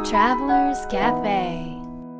Travelers Cafe。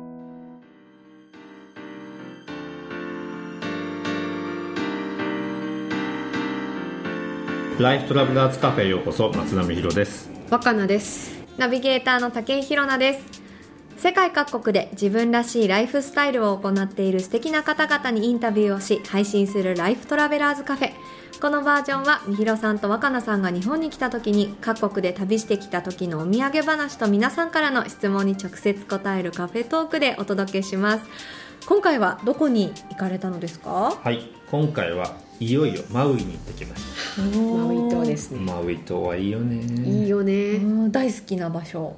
ライフトラベラーズカフェへようこそ。松並博です。 若菜です。 ナビゲーターの武井宏奈です。世界各国で自分らしいライフスタイルを行っている素敵な方々にインタビューをし配信するライフトラベラーズカフェ。このバージョンはみひろさんと若菜さんが日本に来た時に各国で旅してきた時のお土産話と皆さんからの質問に直接答えるカフェトークでお届けします。今回はどこに行かれたのですか？ はい、今回はいよいよマウイに行ってきました。 マウイ島ですね。 マウイ島はいいよね。 いいよね。 大好きな場所。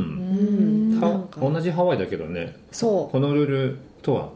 同じハワイだけどね。 そう。 ホノルルとは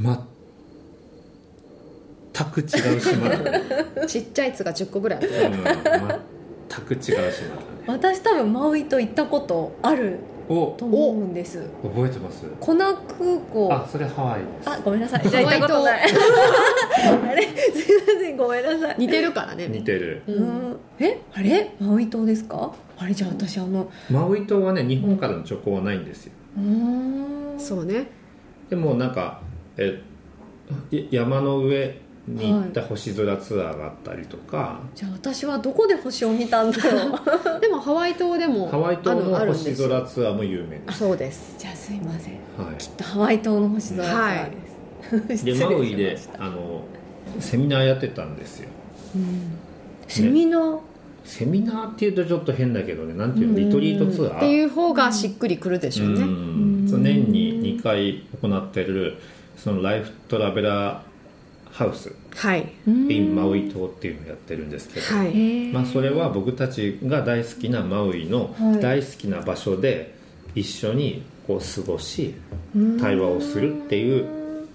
全く違う島だね。 ちっちゃい「つ」が10個ぐらいある。 全く違う島だね。 私多分マウイ島行ったことあると思うんです。 覚えてます？ コナ空港。 あ、それハワイです。 あ、ごめんなさい。じゃあ行ったことない。あれ、すいません、ごめんなさい。 似てるからね。 似てる。 あれマウイ島ですか？あれ、じゃあ私マウイ島はね、日本からの直行はないんですよ。 そうね。 でもなんか山の上に行った星空ツアーがあったりとか、 じゃあ私はどこで星を見たんだろう。 でもハワイ島でもハワイ島の星空ツアーも有名です。 そうです。 じゃあすいません、 はい、 きっとハワイ島の星空ツアーです、 でマウイでセミナーやってたんですよ、 セミナー、 セミナーっていうとちょっと変だけどね、なんていうの、リトリートツアーっていう方がしっくりくるでしょうね。 年に2回行ってるそのライフトラベラーハウス、 はい、 インマウイ島っていうのをやってるんですけど、 はい、 それは僕たちが大好きなマウイの大好きな場所で一緒にこう過ごし対話をするっていう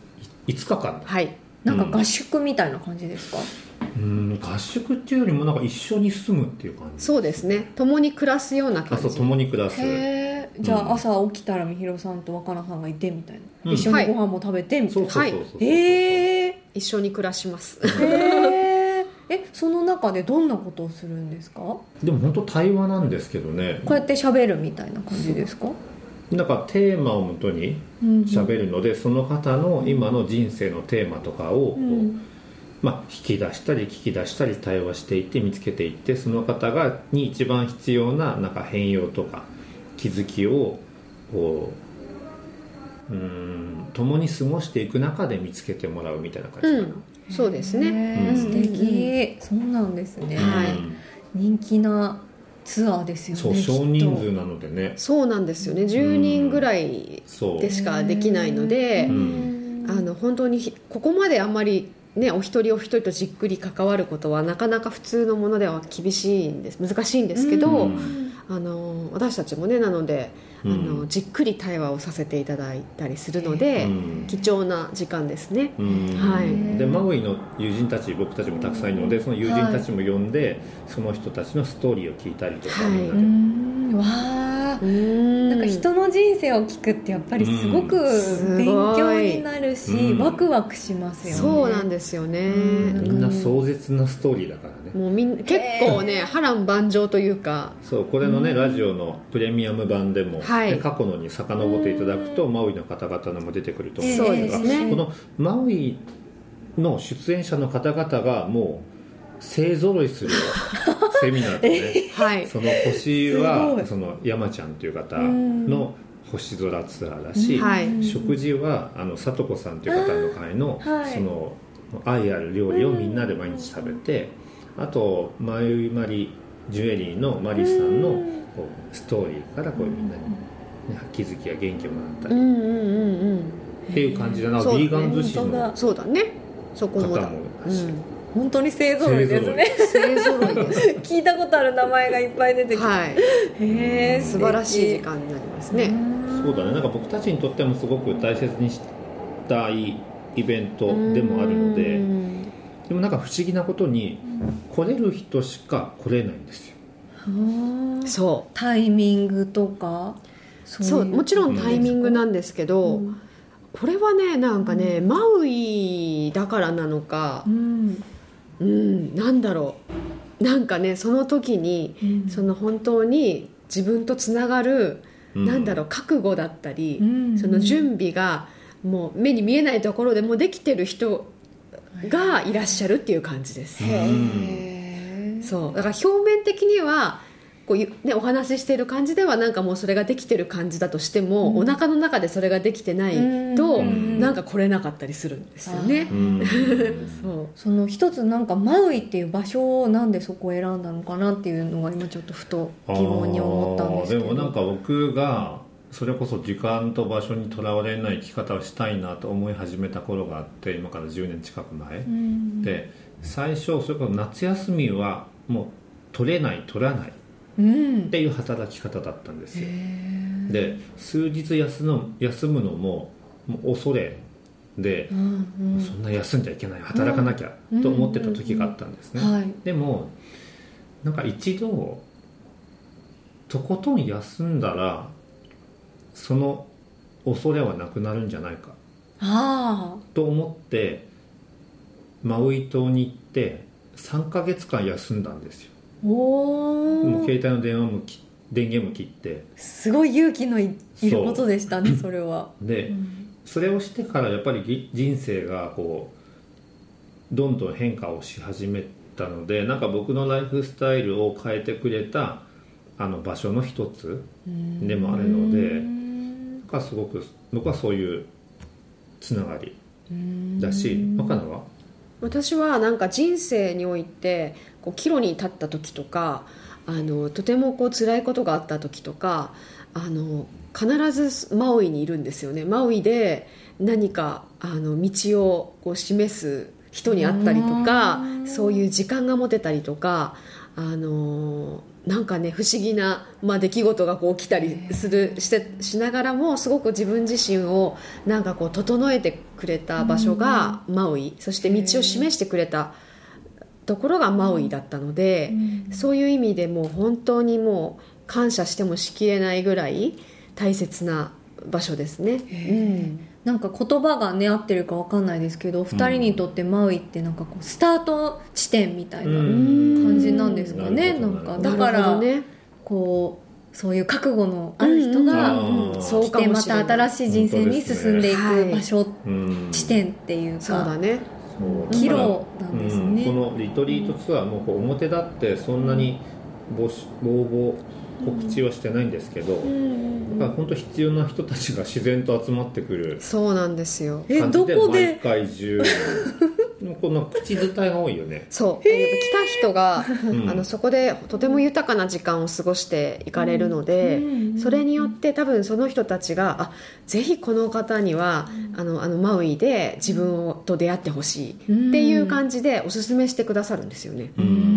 5日間だ、 はい、 なんか合宿みたいな感じですか？ 合宿っていうよりもなんか一緒に住むっていう感じ。 そうですね、共に暮らすような感じ。 そう、共に暮らす。 じゃあ朝起きたらみひろさんと若菜さんがいてみたいな、一緒にご飯も食べてみたいな。 そう一緒に暮らします。 その中でどんなことをするんですか？ でも本当対話なんですけどね。 こうやって喋るみたいな感じですか？ なんかテーマをもとに喋るので、その方の今の人生のテーマとかを引き出したり聞き出したり対話していって見つけていって、その方に一番必要ななんか変容とか気づきをこう共に過ごしていく中で見つけてもらうみたいな感じかな。 そうですね、 素敵、そうなんですね、人気なツアーですよね。 そう、少人数なのでね。 そうなんですよね、10人ぐらいでしかできないので、本当にここまであんまりね、お一人お一人とじっくり関わることはなかなか普通のものでは難しいんですけど、私たちもね、なのでじっくり対話をさせていただいたりするので、貴重な時間ですね。 でマウイの友人たち、僕たちもたくさんいるので、その友人たちも呼んで、その人たちのストーリーを聞いたりとか、みんなでわー、なんか人の人生を聞くってやっぱりすごく勉強になるし、ワクワクしますよね。 そうなんですよね。 みんな壮絶なストーリーだからね。 もう結構ね、波乱万丈というか。 そう、これのね、ラジオのプレミアム版でも、過去のに遡っていただくとマウイの方々のも出てくると思うんですが、このマウイの出演者の方々がもう勢ぞろいするセミナーでね、その星はその山ちゃんという方の星空ツアーだし、食事はさとこさんという方の会のその愛ある料理をみんなで毎日食べて、あとマユマリジュエリーのマリさんのこうストーリーからこうみんなに、気づきや元気をもらったりっていう感じだな。ビーガン寿司のそうだね、そこも方もだし、 本当に勢ぞろいですね。 勢ぞろいです聞いたことある名前がいっぱい出てきて、 素晴らしい時間になりますね。 そうだね、なんか僕たちにとってもすごく大切にしたいイベントでもあるので、でもなんか不思議なことに来れる人しか来れないんですよ。 そう、 タイミングとかそう、もちろんタイミングなんですけど、これはね、なんかね、マウイだからなのか、なんだろう、なんかね、その時に、その本当に自分とつながるなんだろう、覚悟だったり、その準備がもう目に見えないところでもうできてる人がいらっしゃるっていう感じです。そうだから表面的にはこう、ね、お話ししている感じではなんかもうそれができてる感じだとしても、お腹の中でそれができてないとなんか来れなかったりするんですよね。 その一つなんかマウイっていう場所をなんでそこを選んだのかなっていうのが今ちょっとふと疑問に思ったんですけど。 でもなんか僕がそれこそ時間と場所にとらわれない生き方をしたいなと思い始めた頃があって、今から10年近く前で、最初それこそ夏休みはもう取らないっていう働き方だったんですよ。で数日休むのもう恐れで、そんな休んじゃいけない、働かなきゃと思ってた時があったんですね。でもなんか一度とことん休んだらその恐れはなくなるんじゃないかと思ってマウイ島に行って3ヶ月間休んだんですよ。もう携帯の電源も切って。 すごい勇気のいることでしたねそれは。 で、それをしてからやっぱり人生がこうどんどん変化をし始めたので、なんか僕のライフスタイルを変えてくれた場所の一つでもあるので、なんかすごく僕はそういうつながりだし。若菜は？ 私はなんか人生においてこう岐路に立った時とか、とてもこう辛いことがあった時とか、必ずマウイにいるんですよね。マウイで何か道をこう示す人に会ったりとか、そういう時間が持てたりとか、なんかね不思議な、出来事がこう起きたりしながらもすごく自分自身をなんかこう整えてくれた場所がマウイ、そして道を示してくれたところがマウイだったので、そういう意味でもう本当にもう感謝してもしきれないぐらい大切な場所ですね。 なんか言葉がね合ってるか分かんないですけど、2人にとってマウイってなんかこうスタート地点みたいな感じなんですかね。なんかだからこうそういう覚悟のある人が来てまた新しい人生に進んでいく場所、地点っていうか、 そうだね、 岐路なんですね。 このリトリートツアーもこう表立ってそんなに告知はしてないんですけど、だから本当必要な人たちが自然と集まってくる。 そうなんですよ。 どこで毎回10この口伝えが多いよね。 そう、来た人がそこでとても豊かな時間を過ごしていかれるので、それによって多分その人たちがぜひこの方にはマウイで自分と出会ってほしいっていう感じでおすすめしてくださるんですよね。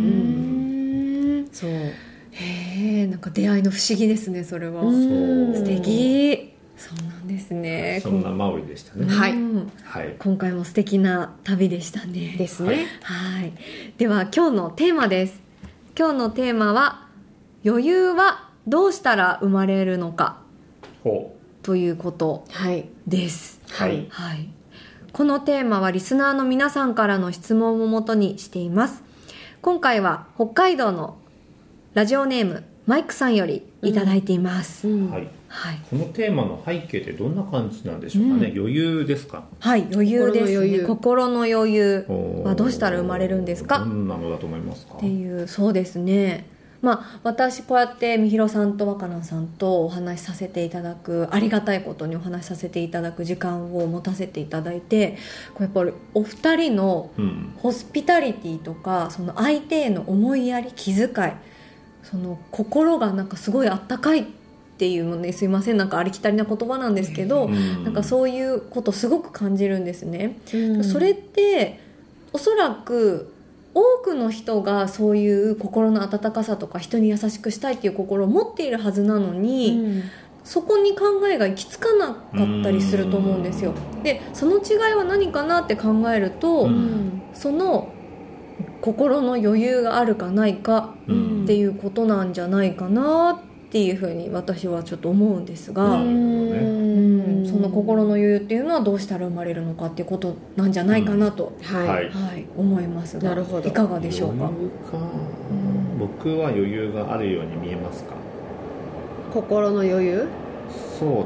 そう、 なんか出会いの不思議ですね。それは素敵。そうなんですね。 そんなマウイでしたね。 はい、 今回も素敵な旅でしたね。 ですね。 はい。では今日のテーマです。今日のテーマは余裕はどうしたら生まれるのかということです。 はい。 このテーマはリスナーの皆さんからの質問をもとにしています。今回は北海道のラジオネームマイクさんよりいただいています。 このテーマの背景ってどんな感じなんでしょうかね。余裕ですか？ はい、余裕ですね。心の余裕はどうしたら生まれるんですか？ どんなのだと思いますか？ っていう、そうですね。私こうやってみひろさんと若菜さんとお話しさせていただく、ありがたいことにお話しさせていただく時間を持たせていただいて、これやっぱりお二人のホスピタリティとか、その相手への思いやり、気遣い、その心がなんかすごいあったかいっていうのね、すいません、なんかありきたりな言葉なんですけど、なんかそういうことすごく感じるんですね。それっておそらく多くの人がそういう心の温かさとか人に優しくしたいっていう心を持っているはずなのに、そこに考えが行き着かなかったりすると思うんですよ。でその違いは何かなって考えると、その心の余裕があるかないかっていうことなんじゃないかなっていうふうに私はちょっと思うんですが、その心の余裕っていうのはどうしたら生まれるのかっていうことなんじゃないかなと、思いますが、いかがでしょうか？ 僕は余裕があるように見えますか？ 心の余裕？ そうだね、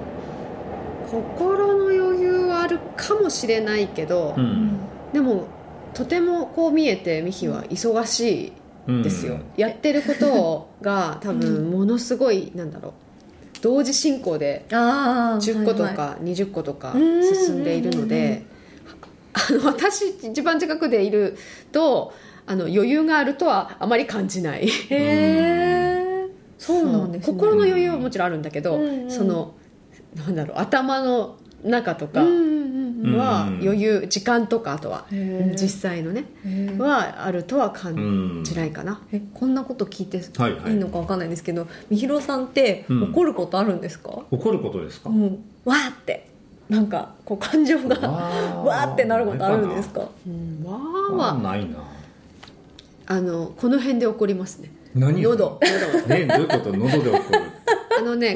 心の余裕はあるかもしれないけど、でもとてもこう見えてミヒは忙しいですよ、やってることが多分ものすごいなんだろう、同時進行で10個とか20個とか進んでいるので、私一番近くでいると余裕があるとはあまり感じない。 そうなんですね。 心の余裕はもちろんあるんだけど、そのなんだろう、頭の中とかは余裕、時間とか、あとは実際のねはあるとは感じないかな。 こんなこと聞いていいのか分かんないんですけど、みひろさんって怒ることあるんですか？ 怒ることですか？ わーってなんかこう感情がわーってなることあるんですか？ わーはないな。 この辺で怒りますね。 何？ 喉どういうこと？喉で怒る。 それ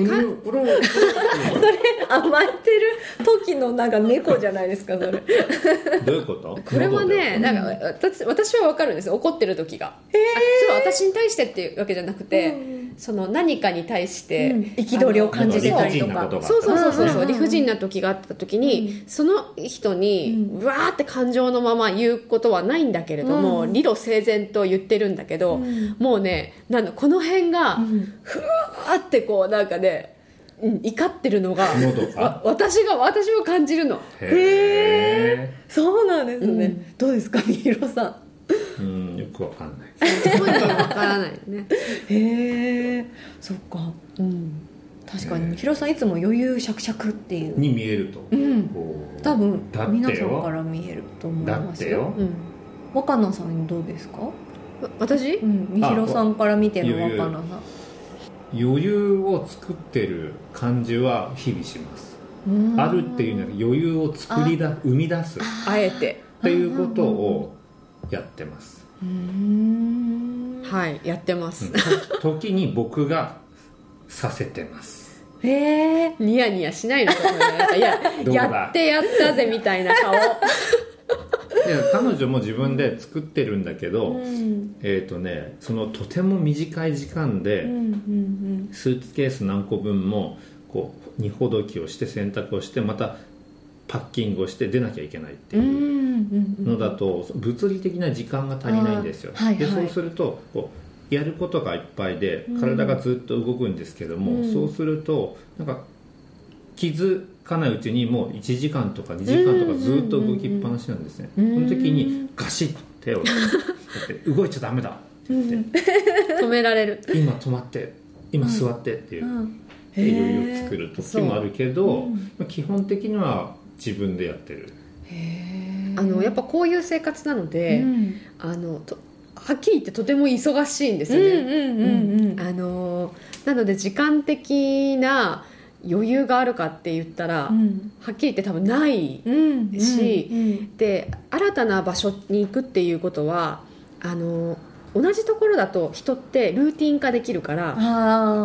甘えてる時のなんか猫じゃないですか、それ。 どういうこと？ これはね、なんか私は分かるんですよ、怒ってる時が。それは私に対してっていうわけじゃなくて、その何かに対して憤りを感じてたりとか、 そう理不尽な時があった時に、その人にわーって感情のまま言うことはないんだけれども、理路整然と言ってるんだけど、もうね、この辺がふわーってこうなんかね、怒ってるのが私も感じるの。 へー、そうなんですね。どうですか、みひろさん？よくわかんない。 本人はわからないね。 へえ、そっか。確かにみひろさんいつも余裕しゃくしゃくっていうに見えると。 多分皆さんから見えると思いますよ。若菜さんどうですか？ 私？ みひろさんから見ての若菜さん。 余裕を作ってる感じは日々します。あるっていうのは余裕を生み出す、 あえてっていうことをやってます。 はい、やってます。 時に僕がさせてます。 ニヤニヤしないのかな。いややってやったぜみたいな顔。 いや、彼女も自分で作ってるんだけど、そのとても短い時間でスーツケース何個分もこう荷ほどきをして洗濯をしてまたパッキングをして出なきゃいけないっていうのだと物理的な時間が足りないんですよ。でそうするとこうやることがいっぱいで体がずっと動くんですけども、そうするとなんか気づかないうちにもう1時間とか2時間とかずっと動きっぱなしなんですね。その時にガシッと手をって動いちゃダメだって言って止められる。 今止まって今座ってっていう余裕を作る時もあるけど、基本的には自分でやってる。 やっぱこういう生活なので、はっきり言ってとても忙しいんですよね。なので時間的な余裕があるかって言ったら、はっきり言って多分ないし、で新たな場所に行くっていうことは同じところだと人ってルーティン化できるから、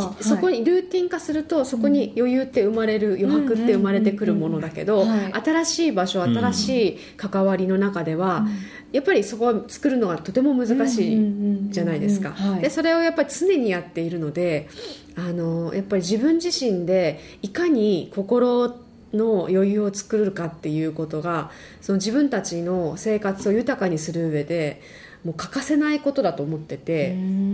そこにルーティン化するとそこに余裕って生まれる、余白って生まれてくるものだけど、新しい場所、新しい関わりの中では、やっぱりそこを作るのがとても難しいじゃないですか。でそれをやっぱり常にやっているので、やっぱり自分自身でいかに心の余裕を作るかっていうことが、その自分たちの生活を豊かにする上でもう欠かせないことだと思ってて、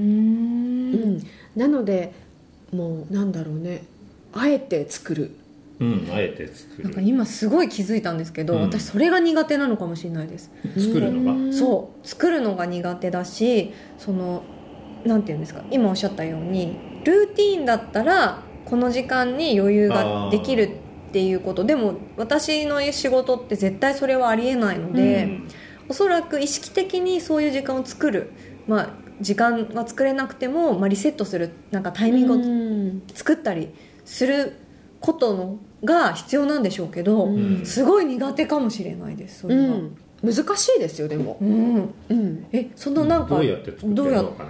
なのでもうなんだろうね、あえて作る、 あえて作る。 なんか今すごい気づいたんですけど、私それが苦手なのかもしれないです。 作るのが、 そう作るのが苦手だし、そのなんていうんですか、今おっしゃったようにルーティーンだったらこの時間に余裕ができるっていうことでも、私の仕事って絶対それはありえないので、おそらく意識的にそういう時間を作る、時間が作れなくても、リセットするなんかタイミングを作ったりすることのが必要なんでしょうけど、すごい苦手かもしれないです。それは、 難しいですよ。でも、 そのなんかどうやって作ってるのかな。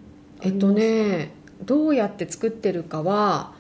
どうやって作ってるかは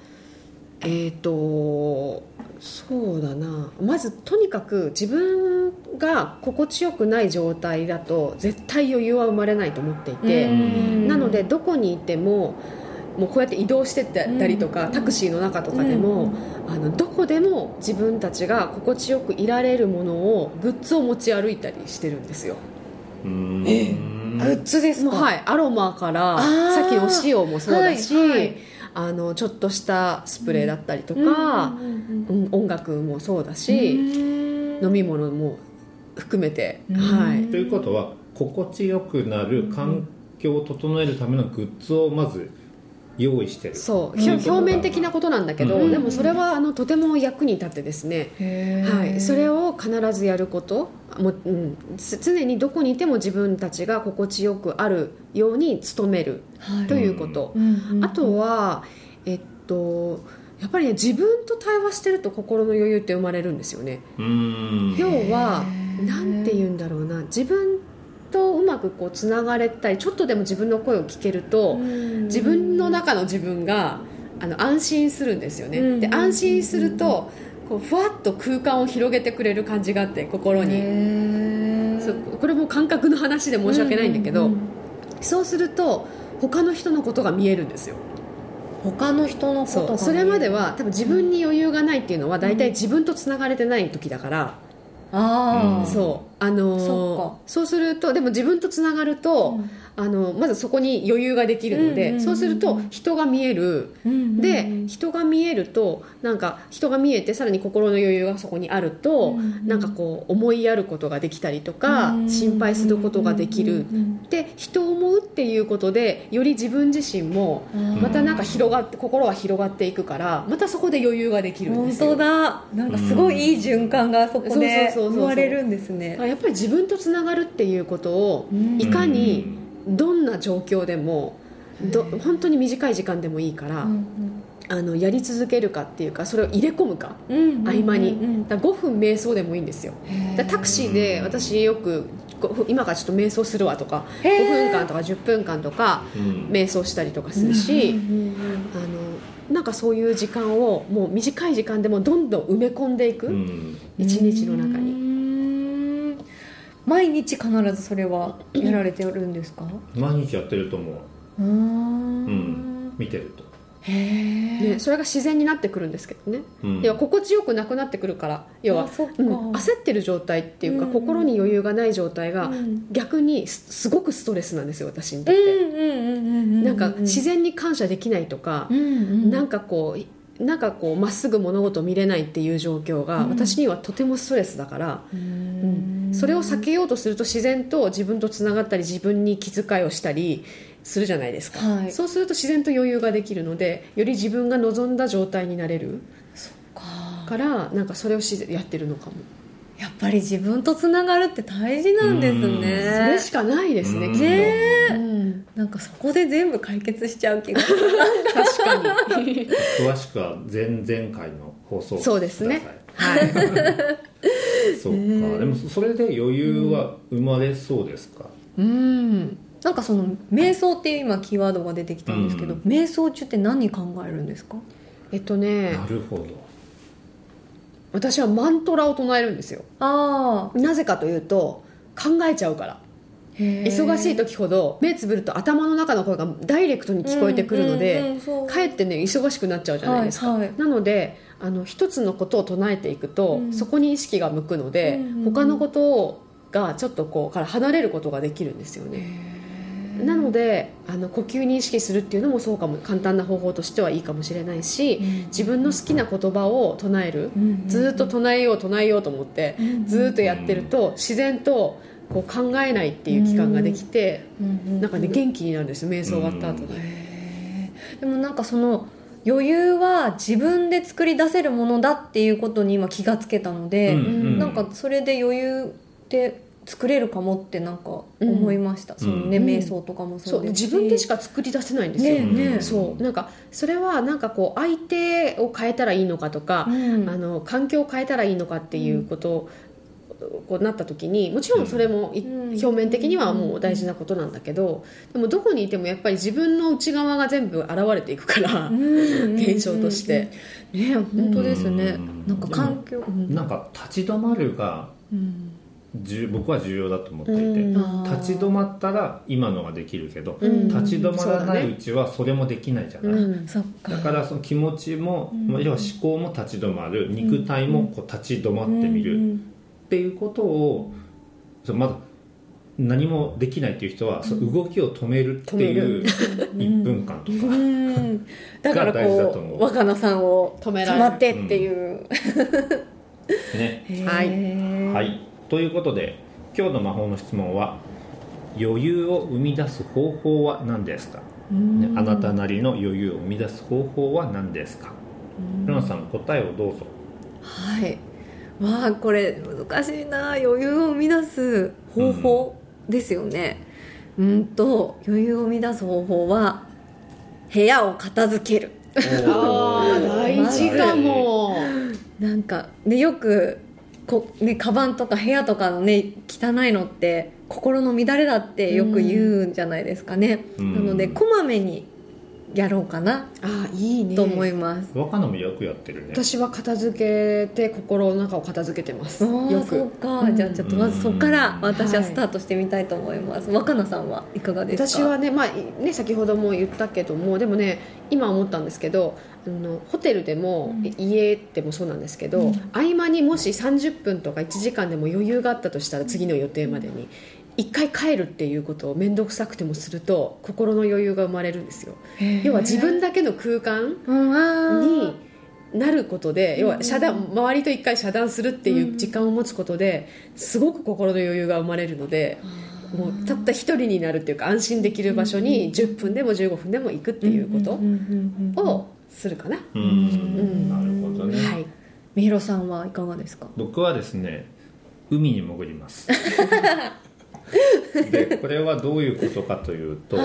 そうだな、まずとにかく自分が心地よくない状態だと絶対余裕は生まれないと思っていて、なのでどこにいてももうこうやって移動してったりとか、タクシーの中とかでも、どこでも自分たちが心地よくいられるものをグッズを持ち歩いたりしてるんですよ。 グッズですか？ はい、アロマからさっきのお塩もそうだし、ちょっとしたスプレーだったりとか、音楽もそうだし、飲み物も含めて、 ということは心地よくなる環境を整えるためのグッズをまず用意してる。 そう、表面的なことなんだけど、でもそれはとても役に立ってですね、それを必ずやることも、常にどこにいても自分たちが心地よくあるように努めるということ、あとはやっぱりね、自分と対話してると心の余裕って生まれるんですよね。要はなんて言うんだろうな、自分とうまくこうつながれたり、ちょっとでも自分の声を聞けると、自分の中の自分が安心するんですよね。で、安心するとこうふわっと空間を広げてくれる感じがあって、心に。これも感覚の話で申し訳ないんだけど、そうすると他の人のことが見えるんですよ。 他の人のことがそれまでは多分自分に余裕がないっていうのは大体自分とつながれてない時だから、そうすると、でも自分とつながると、まずそこに余裕ができるので、そうすると人が見える、で人が見えると、なんか人が見えてさらに心の余裕がそこにあると、なんかこう思いやることができたりとか、心配することができる、で人を思うっていうことでより自分自身もまたなんか広がって、心が広がっていくから、またそこで余裕ができるんですよ。 本当だ、なんかすごいいい循環がそこで生まれるんですね。 やっぱり自分とつながるっていうことを、いかにどんな状況でも本当に短い時間でもいいから、やり続けるかっていうか、それを入れ込むか、合間にだ5分瞑想でもいいんですよ。だタクシーで私よく今からちょっと瞑想するわとか、5分間とか10分間とか瞑想したりとかするし、なんかそういう時間をもう短い時間でもどんどん埋め込んでいく、一日の中に。 毎日必ずそれはやられてるんですか？ 毎日やってると思う。見てると、 ね、それが自然になってくるんですけどね、要は心地よくなくなってくるから、要は、焦ってる状態っていうか、心に余裕がない状態が、逆にすごくストレスなんですよ、私にとって。なんか自然に感謝できないとか、なんかこうまっすぐ物事を見れないっていう状況が、私にはとてもストレスだから、それを避けようとすると自然と自分とつながったり、自分に気遣いをしたりするじゃないですか、そうすると自然と余裕ができるので、より自分が望んだ状態になれる。そっから、なんかそれをやってるのかも。 やっぱり自分とつながるって大事なんですね。 それしかないですね、きっと。 なんかそこで全部解決しちゃう気がする。 確かに。 詳しくは前々回の放送をそうですね。 そうか。でもそれで余裕は生まれそうですか？ なんかその瞑想っていう今キーワードが出てきたんですけど、瞑想中って何考えるんですか？ なるほど。 私はマントラを唱えるんですよ。なぜかというと、考えちゃうから。忙しい時ほど目つぶると頭の中の声がダイレクトに聞こえてくるので、かえってね忙しくなっちゃうじゃないですか、なので一つのことを唱えていくと、そこに意識が向くので、他のことがちょっとこうから離れることができるんですよね。なので呼吸に意識するっていうのもそうかも、簡単な方法としてはいいかもしれないし、自分の好きな言葉を唱える、ずっと唱えようと思ってずっとやってると、自然とこう考えないっていう期間ができて、なんかね元気になるんですよ、瞑想終わった後に。 でもなんかその余裕は自分で作り出せるものだっていうことに今気がつけたので、なんかそれで余裕って作れるかもってなんか思いました、そのね、瞑想とかもそうですし、 自分でしか作り出せないんですよ、そうなんかそれはなんかこう相手を変えたらいいのかとか、環境を変えたらいいのかっていうことこうなった時に、もちろんそれも表面的にはもう大事なことなんだけど、でもどこにいてもやっぱり自分の内側が全部現れていくから、現象としてね、本当ですね。なんか環境、 なんか立ち止まるが僕は重要だと思っていて、立ち止まったら今のができるけど、立ち止まらないうちはそれもできないじゃない、だからその気持ちも、要は思考も立ち止まる、肉体もこう立ち止まってみるっていうことを、まず何もできないっていう人は、その動きを止めるっていう1分間とかが大事だと思う。 若菜さんを止まってっていう、 ね、はい、ということで今日の魔法の質問は、余裕を生み出す方法は何ですか、あなたなりの余裕を生み出す方法は何ですか。ルナさん、答えをどうぞ。 はい、わあ、これ難しいな。余裕を生み出す方法ですよね。余裕を生み出す方法は部屋を片付ける。 大事かも。 なんかね、よくカバンとか部屋とかのね、汚いのって心の乱れだってよく言うんじゃないですかね。なのでこまめにやろうかな、 いいねと思います。 若菜もよくやってるね。 私は片付けて心の中を片付けてます。よく。 そうか、じゃあちょっとまずそこから私はスタートしてみたいと思います。若菜さんはいかがですか。 私はね、先ほども言ったけども、でもね、今思ったんですけど、ホテルでも、家でもそうなんですけど、合間にもし30分とか1時間でも余裕があったとしたら、次の予定までに一回帰るっていうことを面倒くさくてもすると心の余裕が生まれるんですよ。要は自分だけの空間になることで、要は周りと一回遮断するっていう時間を持つことですごく心の余裕が生まれるので、もうたった一人になるっていうか、安心できる場所に10分でも15分でも行くっていうことをするかな。 なるほどね。 はい。 みひろさんはいかがですか。 僕はですね、海に潜りますでこれはどういうことかというと、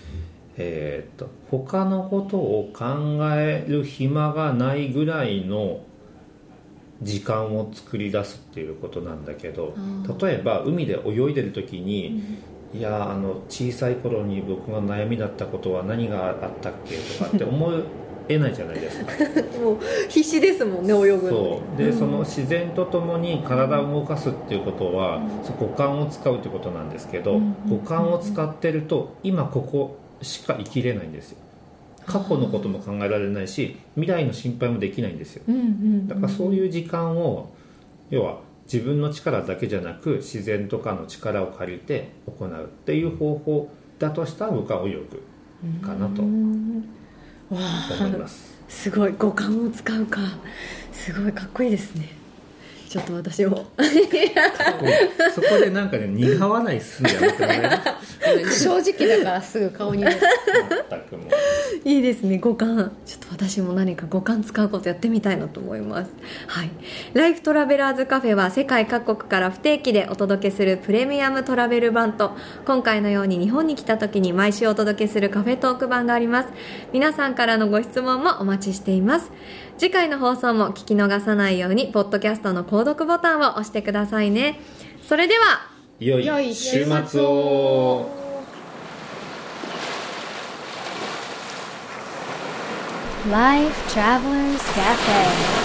他のことを考える暇がないぐらいの時間を作り出すっていうことなんだけど、例えば海で泳いでる時に、いや小さい頃に僕が悩みだったことは何があったっけとかって思えないじゃないですかもう必死ですもんね、泳ぐの。 そうで、その自然とともに体を動かすっていうことは、五感を使うってことなんですけど、五感を使ってると今ここしか生きれないんですよ。過去のことも考えられないし、未来の心配もできないんですよ。だからそういう時間を、要は自分の力だけじゃなく自然とかの力を借りて行うっていう方法だとしたら、僕は泳ぐかなと思います。 すごい、五感を使うか、すごいかっこいいですね。ちょっと私もそこでなんかね、苦わないすんでやめてもらえる正直だからすぐ顔に出る全くもいいですね、五感。ちょっと私も何か五感使うことやってみたいなと思います。はい、ライフトラベラーズカフェは世界各国から不定期でお届けするプレミアムトラベル版と、今回のように日本に来た時に毎週お届けするカフェトーク版があります。皆さんからのご質問もお待ちしています。次回の放送も聞き逃さないようにポッドキャストの購読ボタンを押してくださいね。それでは良い週末を。 Life Travelers Cafe